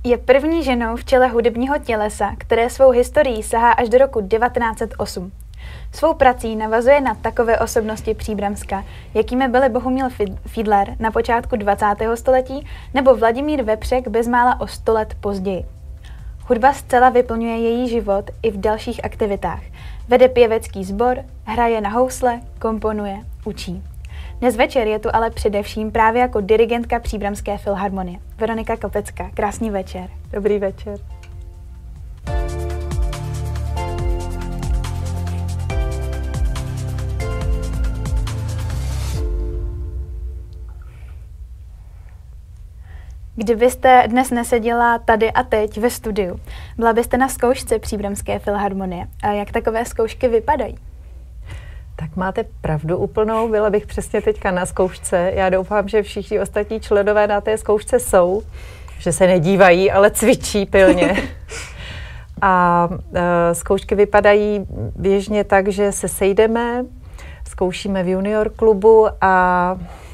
Je první ženou v čele hudebního tělesa, které svou historií sahá až do roku 1908. Svou prací navazuje na takové osobnosti Příbramska, jakými byli Bohumil Fidler na počátku 20. století nebo Vladimír Vepřek bezmála o 100 let později. Hudba zcela vyplňuje její život i v dalších aktivitách. Vede pěvecký sbor, hraje na housle, komponuje, učí. Dnes večer je tu ale především právě jako dirigentka Příbramské filharmonie. Veronika Kopecká, krásný večer. Dobrý večer. Kdybyste dnes neseděla tady a teď ve studiu, byla byste na zkoušce Příbramské filharmonie. A jak takové zkoušky vypadají? Tak máte pravdu úplnou, byla bych přesně teďka na zkoušce. Já doufám, že všichni ostatní členové na té zkoušce jsou, že se nedívají, ale cvičí pilně. A zkoušky vypadají běžně tak, že se sejdeme, zkoušíme v junior klubu a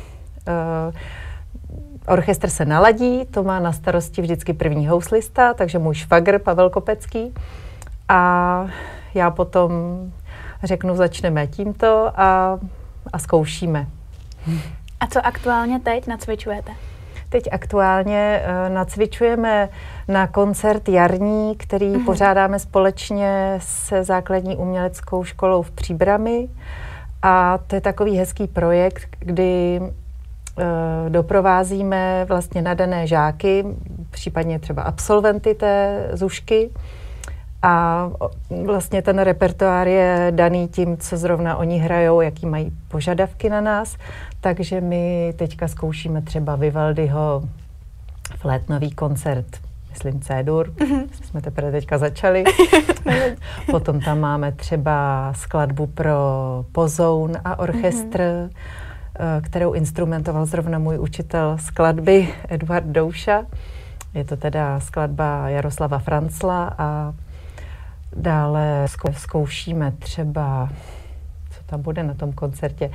orchestr se naladí, to má na starosti vždycky první houslista, takže můj švagr Pavel Kopecký. A já potom řeknu, začneme tímto a zkoušíme. A co aktuálně teď nacvičujete? Teď aktuálně nacvičujeme na koncert jarní, který pořádáme společně se základní uměleckou školou v Příbrami. A to je takový hezký projekt, kdy doprovázíme vlastně nadané žáky, případně třeba absolventy té zušky. A vlastně ten repertoár je daný tím, co zrovna oni hrajou, jaký mají požadavky na nás. Takže my teďka zkoušíme třeba Vivaldiho flétnový koncert, myslím C-dur, jsme teprve teďka začali. Potom tam máme třeba skladbu pro pozoun a orchestr, kterou instrumentoval zrovna můj učitel skladby Eduard Douša. Je to teda skladba Jaroslava Francla a dále zkoušíme třeba, co tam bude na tom koncertě,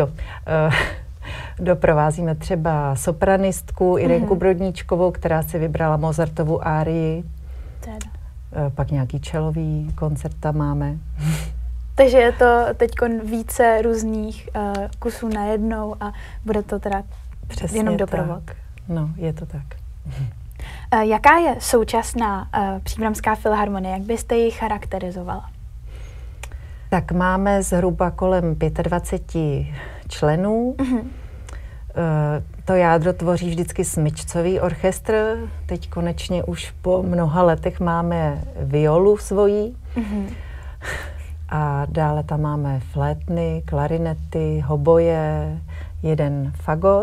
doprovázíme třeba sopranistku Irenku Brodníčkovou, která si vybrala Mozartovu árii. Pak nějaký čelový koncert tam máme. Takže je to teď více různých kusů najednou a bude to teda přesně jenom doprovod. Tak. No, je to tak. Jaká je současná Příbramská filharmonie? Jak byste ji charakterizovala? Tak máme zhruba kolem 25 členů. To jádro tvoří vždycky smyčcový orchestr. Teď konečně už po mnoha letech máme violu svojí. A dále tam máme flétny, klarinety, hoboje, jeden fagot.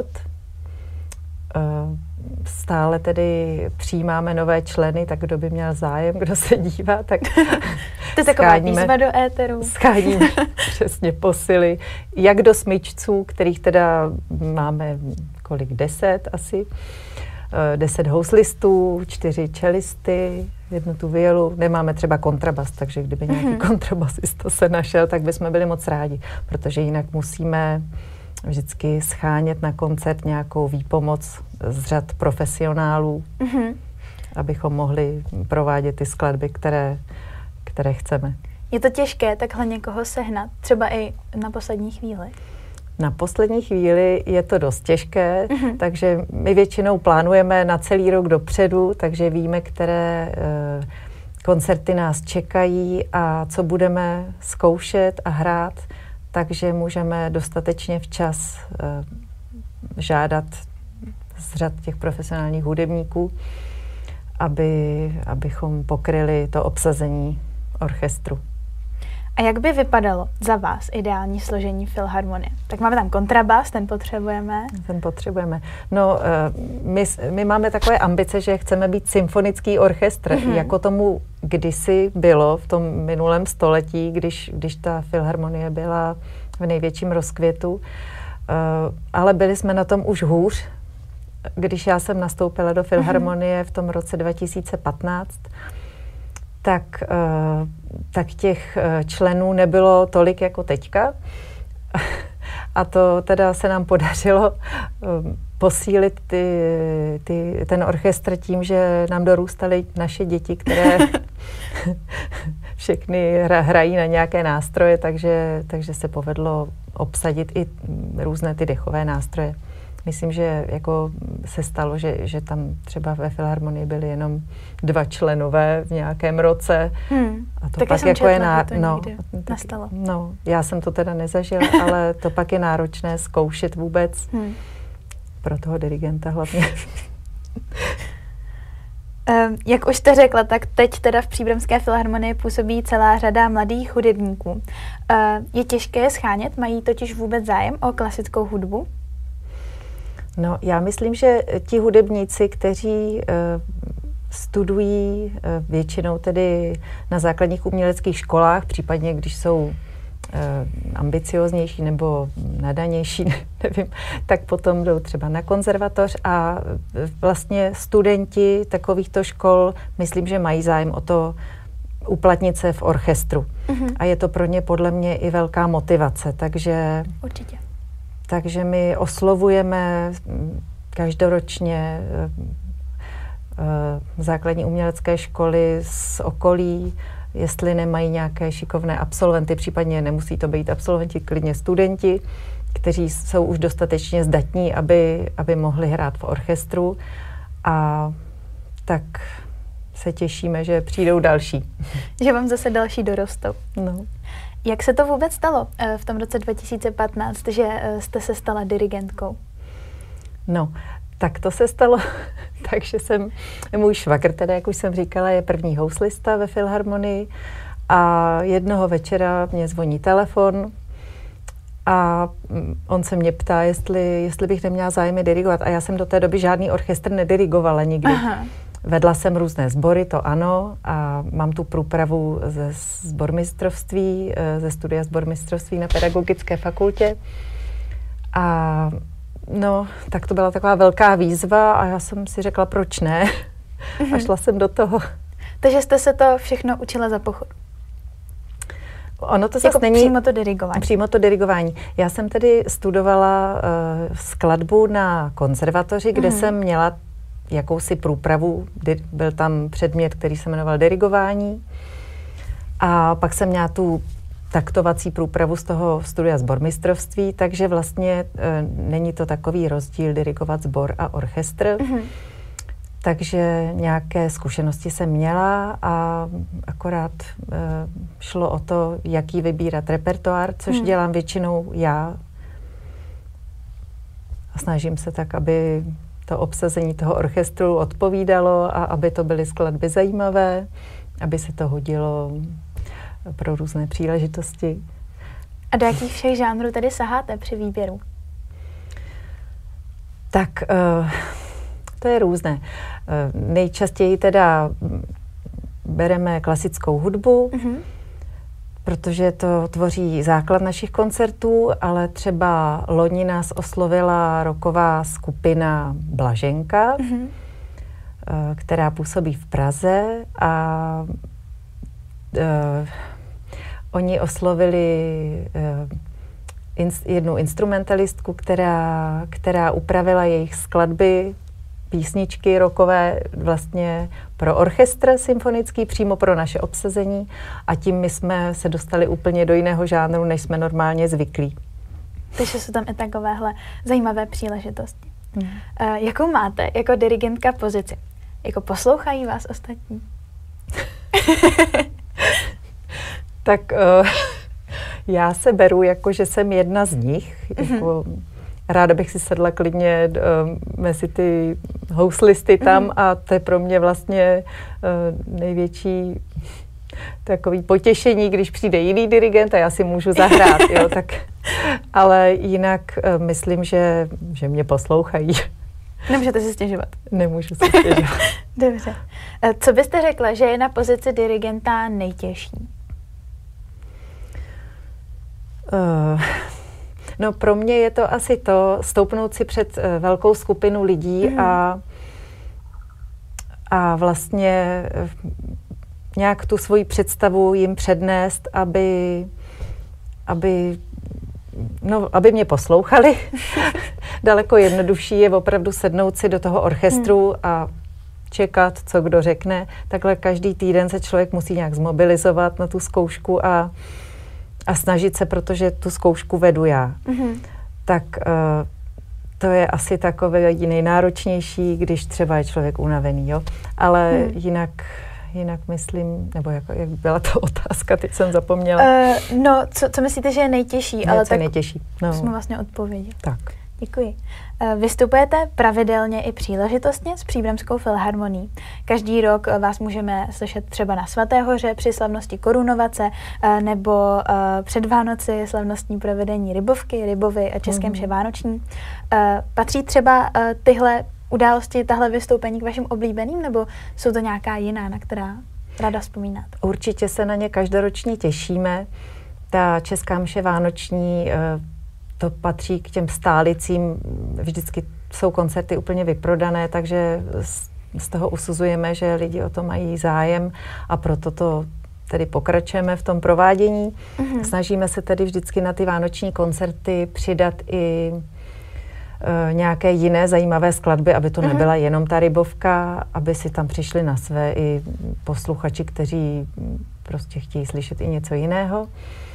Stále tedy přijímáme nové členy, tak kdo by měl zájem, kdo se dívá, tak to je taková výzva do éteru. Scháníme přesně posily, jak do smyčců, kterých teda máme 10 asi, 10 houslistů, 4 čelisty, jednu tu violu. Nemáme třeba kontrabas, takže kdyby nějaký kontrabasista se našel, tak bychom byli moc rádi, protože jinak musíme vždycky schánět na koncert nějakou výpomoc z řad profesionálů, abychom mohli provádět ty skladby, které chceme. Je to těžké takhle někoho sehnat, třeba i na poslední chvíli? Na poslední chvíli je to dost těžké, takže my většinou plánujeme na celý rok dopředu, takže víme, které koncerty nás čekají a co budeme zkoušet a hrát, takže můžeme dostatečně včas žádat z řad těch profesionálních hudebníků, abychom pokryli to obsazení orchestru. A jak by vypadalo za vás ideální složení filharmonie? Tak máme tam kontrabas, ten potřebujeme. Ten potřebujeme. No, my máme takové ambice, že chceme být symfonický orchestr, jako tomu kdysi bylo v tom minulém století, když ta filharmonie byla v největším rozkvětu. Ale byli jsme na tom už hůř, když já jsem nastoupila do filharmonie v tom roce 2015, tak těch členů nebylo tolik jako teďka. A to teda se nám podařilo posílit ten orchestr tím, že nám dorůstaly naše děti, které všechny hrají na nějaké nástroje, takže se povedlo obsadit i různé ty dechové nástroje. Myslím, že jako se stalo, že tam třeba ve filharmonii byli jenom 2 členové v nějakém roce. A to pak jako je nastalo. No, já jsem to teda nezažila, ale to pak je náročné zkoušet vůbec pro toho dirigenta hlavně. Jak už jste řekla, tak teď teda v Příbramské filharmonii působí celá řada mladých hudebníků. Je těžké je schánět? Mají totiž vůbec zájem o klasickou hudbu? No, já myslím, že ti hudebníci, kteří studují většinou tedy na základních uměleckých školách, případně když jsou ambicioznější nebo nadanější, nevím, tak potom jdou třeba na konzervatoř a vlastně studenti takovýchto škol, myslím, že mají zájem o to uplatnit se v orchestru. A je to pro ně podle mě i velká motivace, takže... Určitě. Takže my oslovujeme každoročně základní umělecké školy z okolí, jestli nemají nějaké šikovné absolventy, případně nemusí to být absolventi, klidně studenti, kteří jsou už dostatečně zdatní, aby mohli hrát v orchestru. A tak se těšíme, že přijdou další. Že vám zase další dorostou. No. Jak se to vůbec stalo v tom roce 2015, že jste se stala dirigentkou? No, tak to se stalo, takže můj švagr, teda, jak už jsem říkala, je první houslista ve filharmonii a jednoho večera mě zvoní telefon a on se mě ptá, jestli bych neměla zájem dirigovat. A já jsem do té doby žádný orchestr nedirigovala nikdy. Aha. Vedla jsem různé sbory, to ano, a mám tu průpravu ze sbormistrovství, ze studia sbormistrovství na pedagogické fakultě. A no, tak to byla taková velká výzva a já jsem si řekla, proč ne? A šla jsem do toho. Takže jste se to všechno učila za pochodu? Ono to zase není... Přímo to dirigování. Přímo to dirigování. Já jsem tedy studovala skladbu na konzervatoři, kde jsem měla jakousi průpravu. Byl tam předmět, který se jmenoval dirigování. A pak jsem měla tu taktovací průpravu z toho studia sbormistrovství, takže vlastně není to takový rozdíl dirigovat sbor a orchestr. Takže nějaké zkušenosti jsem měla a akorát šlo o to, jaký vybírat repertoár, což dělám většinou já. A snažím se tak, aby to obsazení toho orchestru odpovídalo a aby to byly skladby zajímavé, aby se to hodilo pro různé příležitosti. A do jakých všech žánrů tedy saháte při výběru? Tak to je různé. Nejčastěji teda bereme klasickou hudbu, protože to tvoří základ našich koncertů, ale třeba loni nás oslovila rocková skupina Blaženka, která působí v Praze a oni oslovili jednu instrumentalistku, která upravila jejich skladby, písničky rockové vlastně pro orchestr symfonický, přímo pro naše obsazení a tím my jsme se dostali úplně do jiného žánru, než jsme normálně zvyklí. Takže jsou tam i takovéhle zajímavé příležitosti. Jakou máte jako dirigentka pozici? Jako poslouchají vás ostatní? Tak já se beru jako, že jsem jedna z nich. Jako, ráda bych si sedla klidně mezi ty houslisty tam a to je pro mě vlastně největší takový potěšení, když přijde jiný dirigent a já si můžu zahrát. Jo, tak, ale jinak myslím, že mě poslouchají. Nemůžete si stěžovat. Nemůžu si stěžovat. Dobře. Co byste řekla, že je na pozici dirigenta nejtěžší? No pro mě je to asi to stoupnout si před velkou skupinu lidí a vlastně nějak tu svoji představu jim přednést, aby No, aby mě poslouchali. Daleko jednodušší je opravdu sednout si do toho orchestru a čekat, co kdo řekne. Takhle každý týden se člověk musí nějak zmobilizovat na tu zkoušku a snažit se, protože tu zkoušku vedu já. Tak to je asi takové nejnáročnější, když třeba je člověk unavený, jo. Ale jinak myslím, nebo jak byla ta otázka, teď jsem zapomněla. No, co myslíte, že je nejtěžší? Ale tak nejtěžší. No. Jsme vlastně odpověděli. Tak. Děkuji. Vystupujete pravidelně i příležitostně s Příbramskou filharmonií. Každý rok vás můžeme slyšet třeba na Svaté hoře při slavnosti korunovace nebo před Vánoci slavnostní provedení Rybovky, Rybovy a České mše vánoční. Patří třeba tyhle události, tahle vystoupení k vašim oblíbeným, nebo jsou to nějaká jiná, na která ráda vzpomínáte? Určitě se na ně každoročně těšíme. Ta Česká mše vánoční, to patří k těm stálicím. Vždycky jsou koncerty úplně vyprodané, takže z toho usuzujeme, že lidi o to mají zájem a proto to tedy pokračujeme v tom provádění. Snažíme se tedy vždycky na ty vánoční koncerty přidat i nějaké jiné zajímavé skladby, aby to nebyla jenom ta Rybovka, aby si tam přišli na své i posluchači, kteří prostě chtějí slyšet i něco jiného.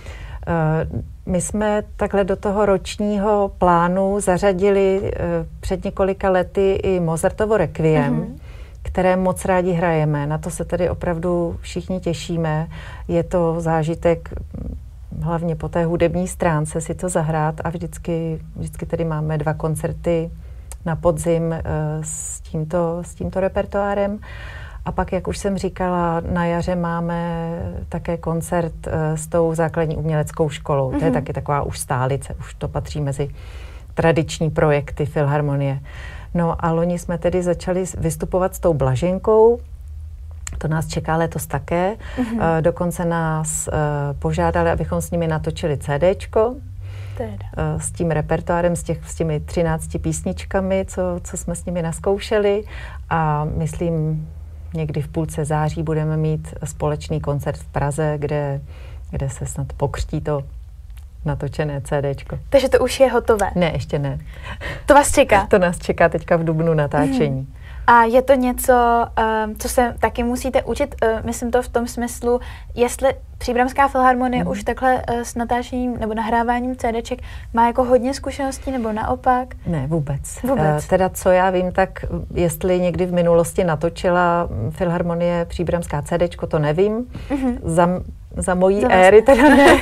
My jsme takhle do toho ročního plánu zařadili před několika lety i Mozartovo Requiem, které moc rádi hrajeme. Na to se tedy opravdu všichni těšíme. Je to zážitek hlavně po té hudební stránce si to zahrát a vždycky tedy máme 2 koncerty na podzim s tímto repertoárem. A pak, jak už jsem říkala, na jaře máme také koncert s tou základní uměleckou školou. To je taky taková už stálice, už to patří mezi tradiční projekty filharmonie. No a loni jsme tedy začali vystupovat s tou Blaženkou. To nás čeká letos také. Dokonce nás požádali, abychom s nimi natočili CDčko. S tím repertoárem, s těmi 13 písničkami, co jsme s nimi naskoušeli. A myslím, někdy v půlce září budeme mít společný koncert v Praze, kde se snad pokřtí to natočené CDčko. Takže to už je hotové? Ne, ještě ne. To vás čeká? To nás čeká teďka v dubnu natáčení. A je to něco, co se taky musíte učit, myslím to v tom smyslu, jestli Příbramská filharmonie už takhle s natáčením nebo nahráváním CDček má jako hodně zkušeností, nebo naopak? Ne, vůbec. Teda co já vím, tak jestli někdy v minulosti natočila filharmonie Příbramská CDčko, to nevím. Za mojí éry teda ne.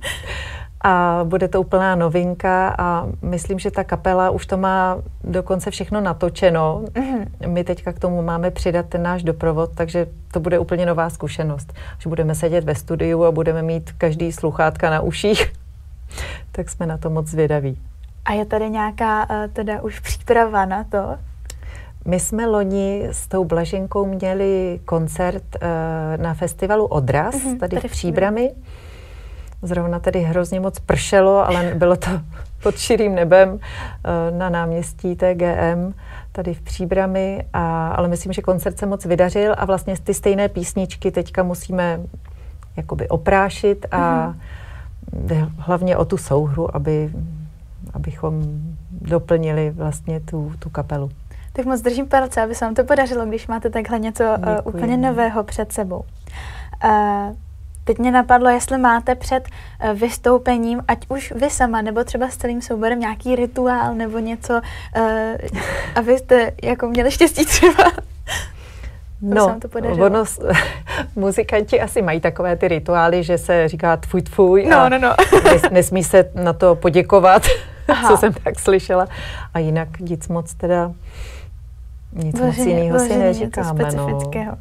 A bude to úplná novinka a myslím, že ta kapela už to má dokonce všechno natočeno. My teďka k tomu máme přidat ten náš doprovod, takže to bude úplně nová zkušenost. Že budeme sedět ve studiu a budeme mít každý sluchátka na uších, tak jsme na to moc zvědaví. A je tady nějaká teda už příprava na to? My jsme loni s tou Blaženkou měli koncert na festivalu Odraz, tady v Příbrami. Zrovna tedy hrozně moc pršelo, ale bylo to pod širým nebem na náměstí TGM, tady v Příbrami, ale myslím, že koncert se moc vydařil a vlastně ty stejné písničky teďka musíme jakoby oprášit a hlavně o tu souhru, abychom doplnili vlastně tu kapelu. Tak moc držím palce, aby se vám to podařilo, když máte takhle něco úplně nového před sebou. Teď mě napadlo, jestli máte před vystoupením, ať už vy sama, nebo třeba s celým souborem nějaký rituál, nebo něco, abyste jako měli štěstí třeba. No, muzikanti asi mají takové ty rituály, že se říká tfuj tfuj a nesmí se na to poděkovat, co jsem tak slyšela. A jinak nic moc teda, nic moc jiného si neříkáme. Specifického.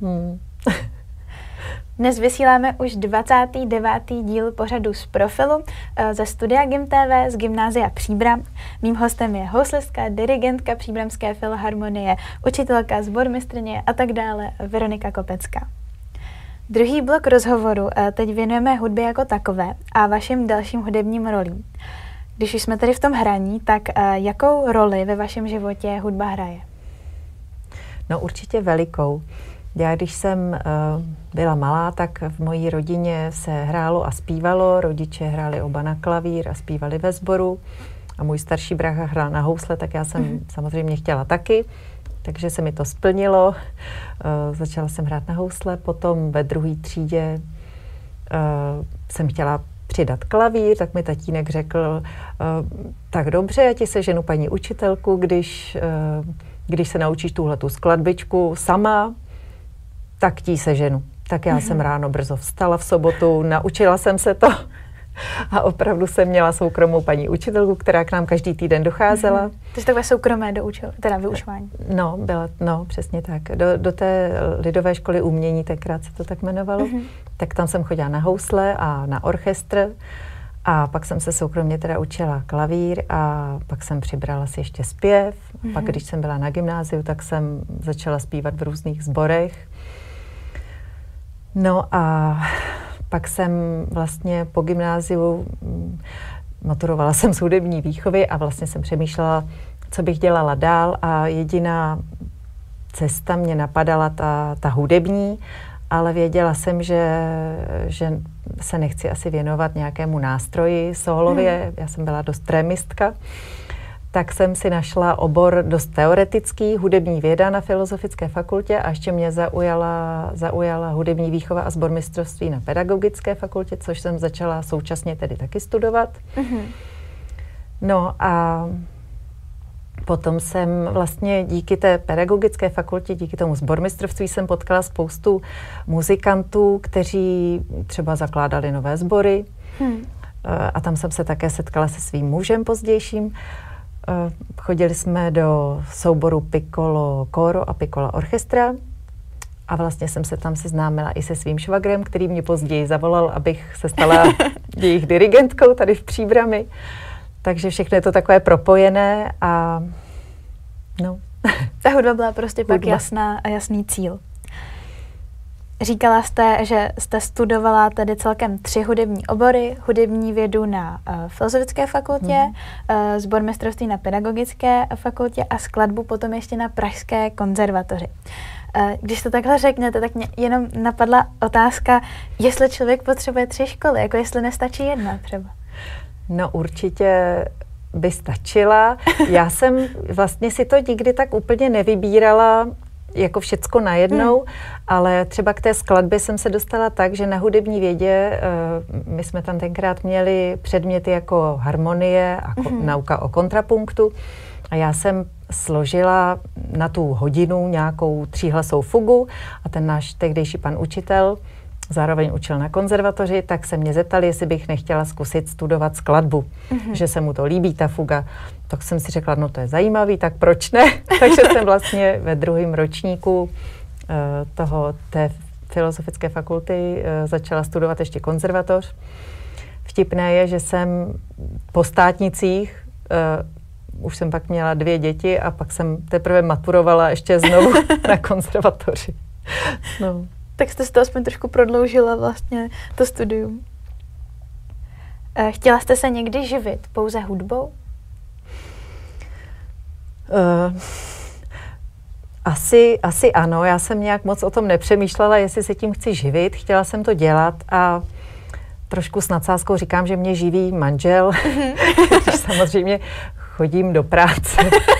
Dnes vysíláme už 29. díl pořadu Z profilu ze studia GIM TV z Gymnázia Příbram. Mým hostem je houslistka, dirigentka Příbramské filharmonie, učitelka, sbormistrně a tak dále Veronika Kopecká. Druhý blok rozhovoru teď věnujeme hudbě jako takové a vašim dalším hudebním rolím. Když už jsme tady v tom hraní, tak jakou roli ve vašem životě hudba hraje? No určitě velikou. Já když jsem byla malá, tak v mojí rodině se hrálo a zpívalo. Rodiče hráli oba na klavír a zpívali ve sboru. A můj starší brácha hrál na housle, tak já jsem samozřejmě chtěla taky. Takže se mi to splnilo. Začala jsem hrát na housle. Potom ve druhé třídě jsem chtěla přidat klavír, tak mi tatínek řekl, tak dobře, já ti seženu paní učitelku, když se naučíš tuhletu skladbičku sama, tak ti seženu. Tak já jsem ráno brzo vstala v sobotu, naučila jsem se to a opravdu jsem měla soukromou paní učitelku, která k nám každý týden docházela. To je takové soukromé vyučování. No, přesně tak. Do té lidové školy umění, tenkrát se to tak jmenovalo, tak tam jsem chodila na housle a na orchestr a pak jsem se soukromně teda učila klavír a pak jsem přibrala si ještě zpěv. Pak, když jsem byla na gymnáziu, tak jsem začala zpívat v různých sborech. No a pak jsem vlastně po gymnáziu maturovala jsem z hudební výchovy a vlastně jsem přemýšlela, co bych dělala dál a jediná cesta mě napadala ta hudební, ale věděla jsem, že se nechci asi věnovat nějakému nástroji sólově. Já jsem byla dost trémistka. Tak jsem si našla obor dost teoretický, hudební věda na Filozofické fakultě a ještě mě zaujala hudební výchova a sbormistrovství na Pedagogické fakultě, což jsem začala současně tedy taky studovat. No a potom jsem vlastně díky té pedagogické fakultě, díky tomu sbormistrovství jsem potkala spoustu muzikantů, kteří třeba zakládali nové sbory. A tam jsem se také setkala se svým mužem pozdějším. Chodili jsme do souboru Piccolo Coro a Piccolo Orchestra a vlastně jsem se tam seznámila i se svým švagrem, který mě později zavolal, abych se stala jejich dirigentkou tady v Příbrami. Takže všechno je to takové propojené a no. Ta hudba byla prostě pak jasný cíl. Říkala jste, že jste studovala tady celkem 3 hudební obory, hudební vědu na Filozofické fakultě, sbormistrovství na Pedagogické fakultě a skladbu potom ještě na Pražské konzervatoři. Když to takhle řeknete, tak mě jenom napadla otázka, jestli člověk potřebuje 3 školy, jako jestli nestačí jedna třeba. No určitě by stačila. Já jsem vlastně si to nikdy tak úplně nevybírala, jako všecko najednou, ale třeba k té skladbě jsem se dostala tak, že na hudební vědě my jsme tam tenkrát měli předměty jako harmonie a nauka o kontrapunktu a já jsem složila na tu hodinu nějakou 3hlasou fugu a ten náš tehdejší pan učitel zároveň učil na konzervatoři, tak se mě zeptal, jestli bych nechtěla zkusit studovat skladbu, že se mu to líbí, ta fuga. Tak jsem si řekla, no to je zajímavý, tak proč ne? Takže jsem vlastně ve 2. ročníku té Filozofické fakulty začala studovat ještě konzervatoř. Vtipné je, že jsem po státnicích, už jsem pak měla 2 děti a pak jsem teprve maturovala ještě znovu na konzervatoři. No. Tak jste si to aspoň trošku prodloužila vlastně to studium. Chtěla jste se někdy živit pouze hudbou? Asi ano, já jsem nějak moc o tom nepřemýšlela, jestli se tím chci živit, chtěla jsem to dělat a trošku s nadsázkou říkám, že mě živí manžel, když samozřejmě chodím do práce.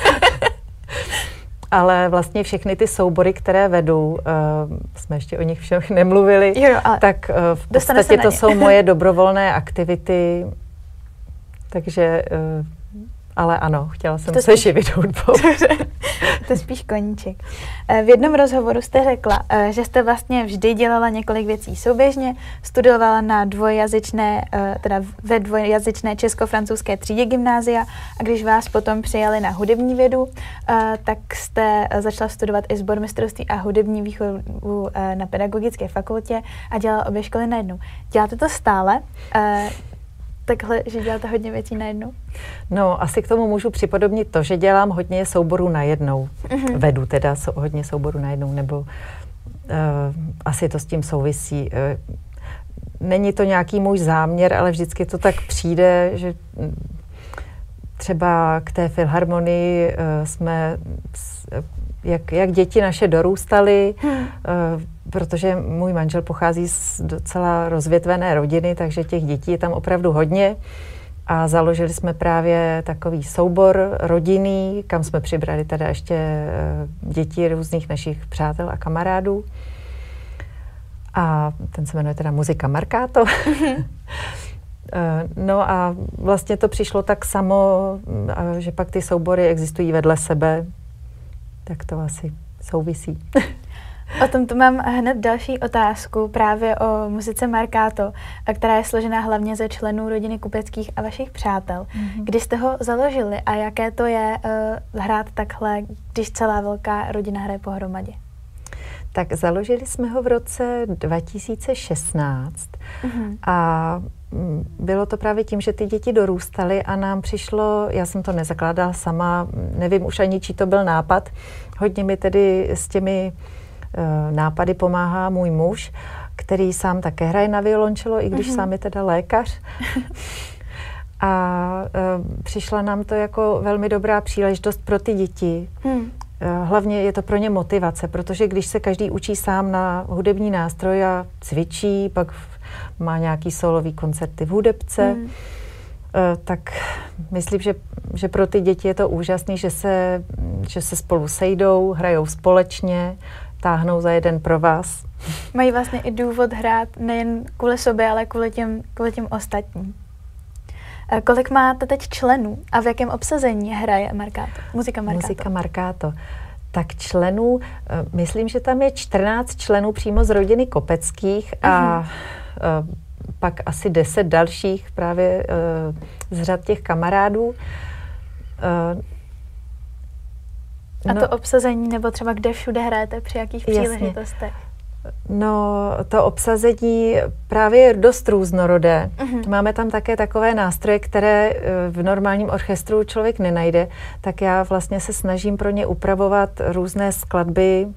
Ale vlastně všechny ty soubory, které vedu, jsme ještě o nich všech nemluvili, tak v podstatě to jsou moje dobrovolné aktivity, takže ale ano, chtěla jsem se živit hudbou. To je spíš koníček. V jednom rozhovoru jste řekla, že jste vlastně vždy dělala několik věcí souběžně, studovala na ve dvojjazyčné česko-francouzské třídě gymnázia a když vás potom přijali na hudební vědu, tak jste začala studovat i sbormistrovství a hudební výchovu na Pedagogické fakultě a dělala obě školy najednou. Děláte to stále? Takhle, že děláte hodně věcí najednou? No, asi k tomu můžu připodobnit to, že dělám hodně souborů najednou. Vedu teda hodně souborů najednou, nebo asi to s tím souvisí. Není to nějaký můj záměr, ale vždycky to tak přijde, že třeba k té filharmonii jsme jak děti naše dorůstaly, protože můj manžel pochází z docela rozvětvené rodiny, takže těch dětí je tam opravdu hodně. A založili jsme právě takový soubor rodinný, kam jsme přibrali teda ještě děti různých našich přátel a kamarádů. A ten se jmenuje teda Muzika Markáto. No a vlastně to přišlo tak samo, že pak ty soubory existují vedle sebe, tak to asi souvisí. O tom tu mám hned další otázku právě o muzice Markáto, která je složená hlavně ze členů rodiny Kupeckých a vašich přátel. Kdy jste ho založili a jaké to je hrát takhle, když celá velká rodina hraje pohromadě? Tak založili jsme ho v roce 2016 a bylo to právě tím, že ty děti dorůstaly a nám přišlo, já jsem to nezakládala sama, nevím už ani, čí to byl nápad, hodně mi tedy s těmi nápady pomáhá můj muž, který sám také hraje na violončelo, i když sám je teda lékař. A přišla nám to jako velmi dobrá příležitost pro ty děti. Hlavně je to pro ně motivace, protože když se každý učí sám na hudební nástroj a cvičí, pak má nějaký solový koncerty v hudebce, tak myslím, že pro ty děti je to úžasný, že se spolu sejdou, hrajou společně, táhnou za jeden provaz. Mají vlastně i důvod hrát nejen kvůli sobě, ale kvůli těm ostatním. Kolik máte teď členů a v jakém obsazení hraje Markáto? Muzika Markáto. Muzika Markáto. Tak členů, myslím, že tam je 14 členů přímo z rodiny Kopeckých a pak asi 10 dalších právě z řad těch kamarádů. A to obsazení, nebo třeba kde všude hrajete, při jakých příležitostech? No, to obsazení právě je dost různorodé. Máme tam také takové nástroje, které v normálním orchestru člověk nenajde, tak já vlastně se snažím pro ně upravovat různé skladby,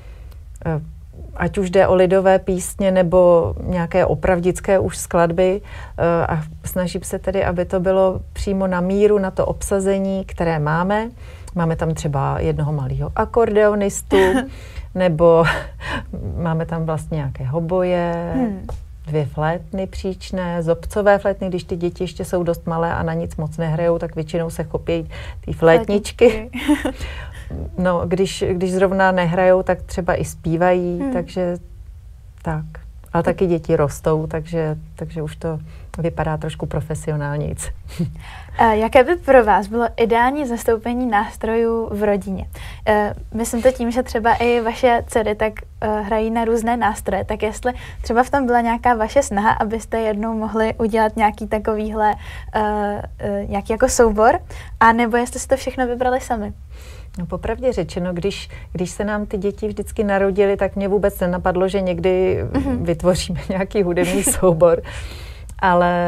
ať už jde o lidové písně nebo nějaké opravdické už skladby a snažím se tedy, aby to bylo přímo na míru na to obsazení, které máme. Máme tam třeba jednoho malého akordeonistu, nebo máme tam vlastně nějaké hoboje, 2 flétny příčné, zobcové flétny, když ty děti ještě jsou dost malé a na nic moc nehrajou, tak většinou se chopí ty flétničky. No, když zrovna nehrajou, tak třeba i zpívají, takže tak. Ale taky děti rostou, takže už to vypadá trošku profesionálnějc. Jaké by pro vás bylo ideální zastoupení nástrojů v rodině? Myslím to tím, že třeba i vaše dcery tak hrají na různé nástroje, tak jestli třeba v tom byla nějaká vaše snaha, abyste jednou mohli udělat nějaký takovýhle nějaký jako soubor, a nebo jestli si to všechno vybrali sami? No, popravdě řečeno, když se nám ty děti vždycky narodily, tak mě vůbec nenapadlo, že někdy vytvoříme nějaký hudební soubor. Ale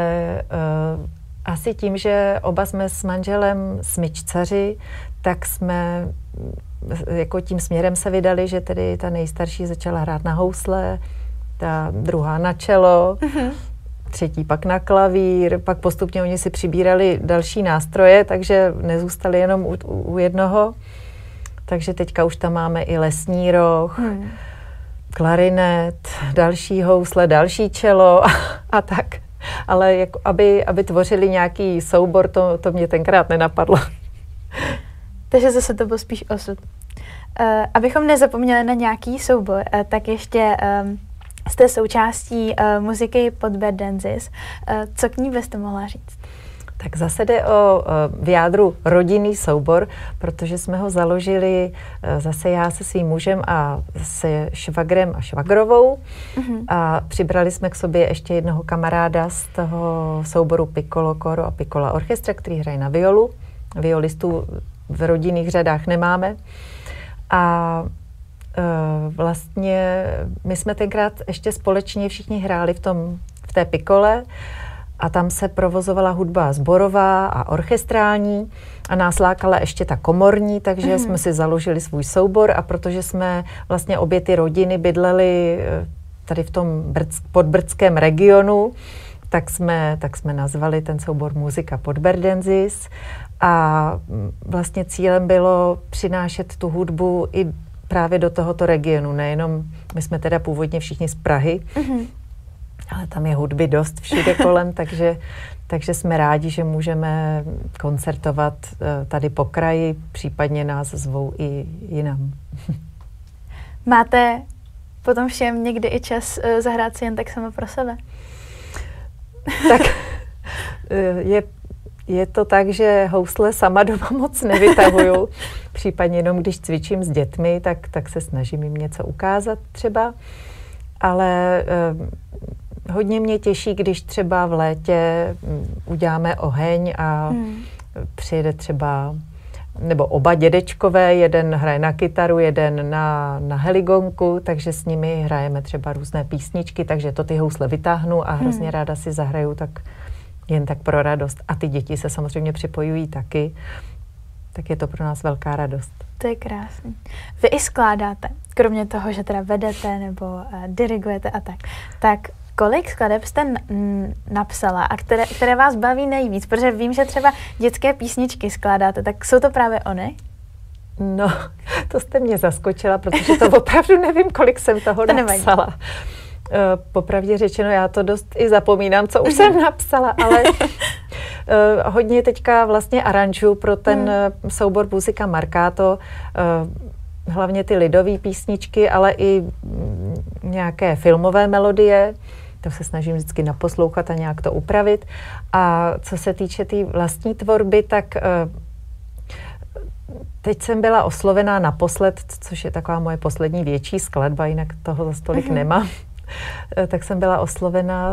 asi tím, že oba jsme s manželem smyčcaři, tak jsme jako tím směrem se vydali, že tedy ta nejstarší začala hrát na housle, ta druhá na čelo, třetí pak na klavír, pak postupně oni si přibírali další nástroje, takže nezůstali jenom u jednoho. Takže teďka už tam máme i lesní roh, klarinet, další housle, další čelo a tak. Ale jako, aby tvořili nějaký soubor, to mě tenkrát nenapadlo. Takže zase to byl spíš osud. Abychom nezapomněli na nějaký soubor, tak ještě jste součástí muziky pod Bad Dances. Co k ní byste mohla říct? Tak zase jde o v jádru rodinný soubor, protože jsme ho založili zase já se svým mužem a se švagrem a švagrovou. A přibrali jsme k sobě ještě jednoho kamaráda z toho souboru Piccolo Coro a Piccola Orchestra, který hraje na violu. Violistů v rodinných řadách nemáme. A vlastně my jsme tenkrát ještě společně všichni hráli v té pikole a tam se provozovala hudba sborová a orchestrální a nás lákala ještě ta komorní, takže jsme si založili svůj soubor a protože jsme vlastně obě ty rodiny bydleli tady v tom podbrdském regionu, tak jsme nazvali ten soubor Muzika Podberdensis a vlastně cílem bylo přinášet tu hudbu i právě do tohoto regionu. Nejenom, my jsme teda původně všichni z Prahy, ale tam je hudby dost všude kolem, takže jsme rádi, že můžeme koncertovat tady po kraji, případně nás zvou i jinam. Máte potom všem někdy i čas zahrát si jen tak sama pro sebe? Tak je to tak, že housle sama doma moc nevytahuju. Případně jenom když cvičím s dětmi, tak se snažím jim něco ukázat třeba. Ale hodně mě těší, když třeba v létě uděláme oheň a přijede třeba, nebo oba dědečkové, jeden hraje na kytaru, jeden na heligonku, takže s nimi hrajeme třeba různé písničky, takže to ty housle vytáhnu a hrozně ráda si zahraju, tak jen tak pro radost. A ty děti se samozřejmě připojují taky, tak je to pro nás velká radost. To je krásný. Vy i skládáte, kromě toho, že teda vedete nebo dirigujete a tak kolik skladeb jste napsala a které vás baví nejvíc? Protože vím, že třeba dětské písničky skládáte, tak jsou to právě ony? No, to jste mě zaskočila, protože to opravdu nevím, kolik jsem toho napsala. Popravdě řečeno, já to dost i zapomínám, co už jsem napsala, ale hodně teďka vlastně aranžuju pro ten soubor Muzika Marcato, hlavně ty lidové písničky, ale i nějaké filmové melodie. To se snažím vždycky naposlouchat a nějak to upravit. A co se týče té vlastní tvorby, tak teď jsem byla oslovená naposled, což je taková moje poslední větší skladba, jinak toho za stolik nemám. Tak jsem byla oslovena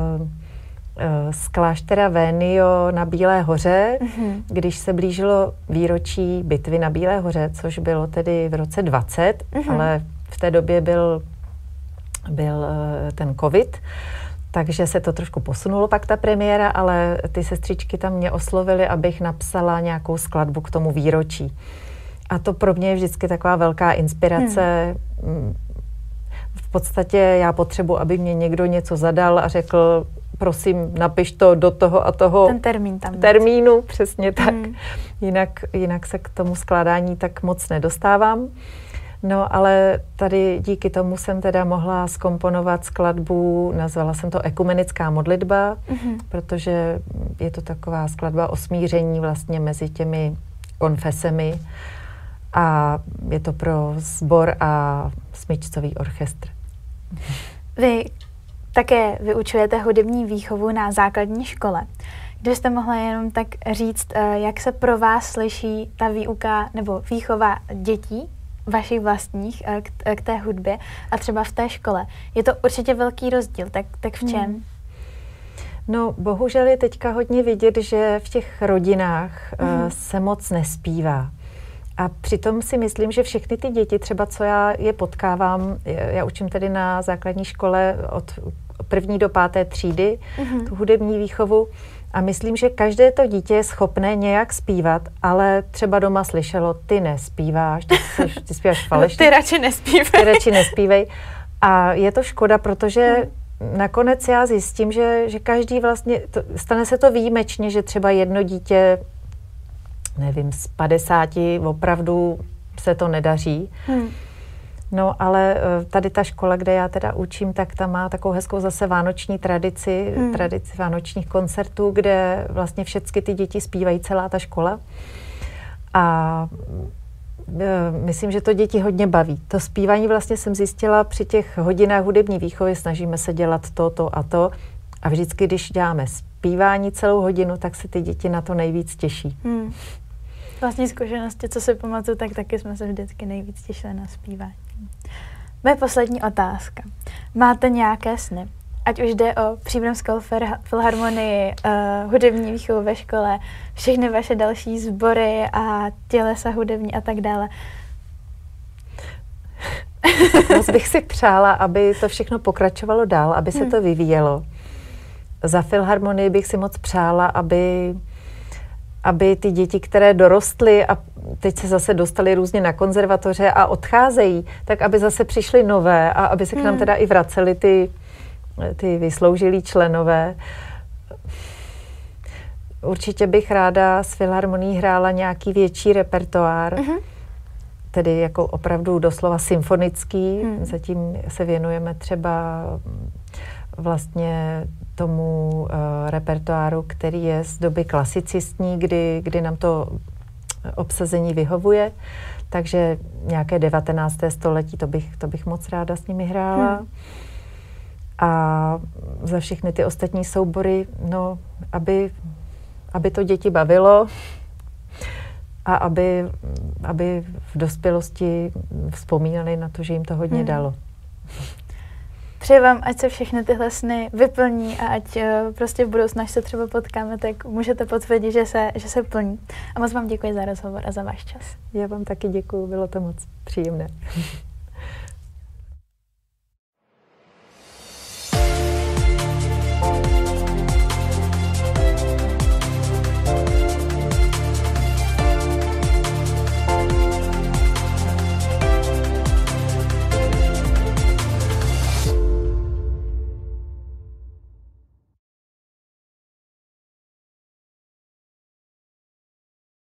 z kláštera Vénio na Bílé hoře, když se blížilo výročí bitvy na Bílé hoře, což bylo tedy v roce 20, ale v té době byl ten covid, takže se to trošku posunulo pak ta premiéra, ale ty sestřičky tam mě oslovily, abych napsala nějakou skladbu k tomu výročí. A to pro mě je vždycky taková velká inspirace. V podstatě já potřebuji, aby mě někdo něco zadal a řekl, prosím, napiš to do toho a toho ten termín tam termínu, přesně tak. Jinak se k tomu skládání tak moc nedostávám. No, ale tady díky tomu jsem teda mohla zkomponovat skladbu, nazvala jsem to Ekumenická modlitba, protože je to taková skladba o smíření vlastně mezi těmi konfesemi a je to pro sbor a smyčcový orchestr. Vy také vyučujete hudební výchovu na základní škole. Kdybyste mohla jenom tak říct, jak se pro vás slyší ta výuka nebo výchova dětí, vašich vlastních, k té hudbě a třeba v té škole. Je to určitě velký rozdíl, tak v čem? No, bohužel je teďka hodně vidět, že v těch rodinách se moc nespívá. A přitom si myslím, že všechny ty děti, třeba co já je potkávám, já učím tedy na základní škole od 1. do 5. třídy tu hudební výchovu a myslím, že každé to dítě je schopné nějak zpívat, ale třeba doma slyšelo, ty nespíváš, ty zpíváš falešně. Ty radši nespívej. Ty radši nespívej. A je to škoda, protože nakonec já zjistím, že každý vlastně, stane se to výjimečně, že třeba jedno dítě, nevím, z 50 opravdu se to nedaří. No, ale tady ta škola, kde já teda učím, tak ta má takovou hezkou zase vánoční tradici vánočních koncertů, kde vlastně všechny ty děti zpívají, celá ta škola. A myslím, že to děti hodně baví. To zpívání vlastně jsem zjistila při těch hodinách hudební výchovy, snažíme se dělat to a to. A vždycky, když děláme zpívání celou hodinu, tak se ty děti na to nejvíc těší. Vlastní zkušenosti, co si pamatuju, tak taky jsme se vždycky nejvíc těšili na zpívání. Moje poslední otázka. Máte nějaké sny? Ať už jde o Příbramskou filharmonii, hudební výchovu ve škole, všechny vaše další sbory a tělesa hudební a tak dále. Moc bych si přála, aby to všechno pokračovalo dál, aby se to vyvíjelo. Za filharmonii bych si moc přála, aby ty děti, které dorostly a teď se zase dostali různě na konzervatoře a odcházejí, tak aby zase přišly nové a aby se k nám teda i vracely ty vysloužilí členové. Určitě bych ráda s filharmonií hrála nějaký větší repertoár, tedy jako opravdu doslova symfonický. Zatím se věnujeme třeba vlastně tomu repertoáru, který je z doby klasicistní, kdy nám to obsazení vyhovuje. Takže nějaké 19. století, to bych moc ráda s nimi hrála. A za všechny ty ostatní soubory, no, aby to děti bavilo a aby v dospělosti vzpomínali na to, že jim to hodně dalo. Přeji vám, ať se všechny tyhle sny vyplní a ať prostě v budoucnu, až se třeba potkáme, tak můžete potvrdit, že se plní. A moc vám děkuji za rozhovor a za váš čas. Já vám taky děkuji, bylo to moc příjemné.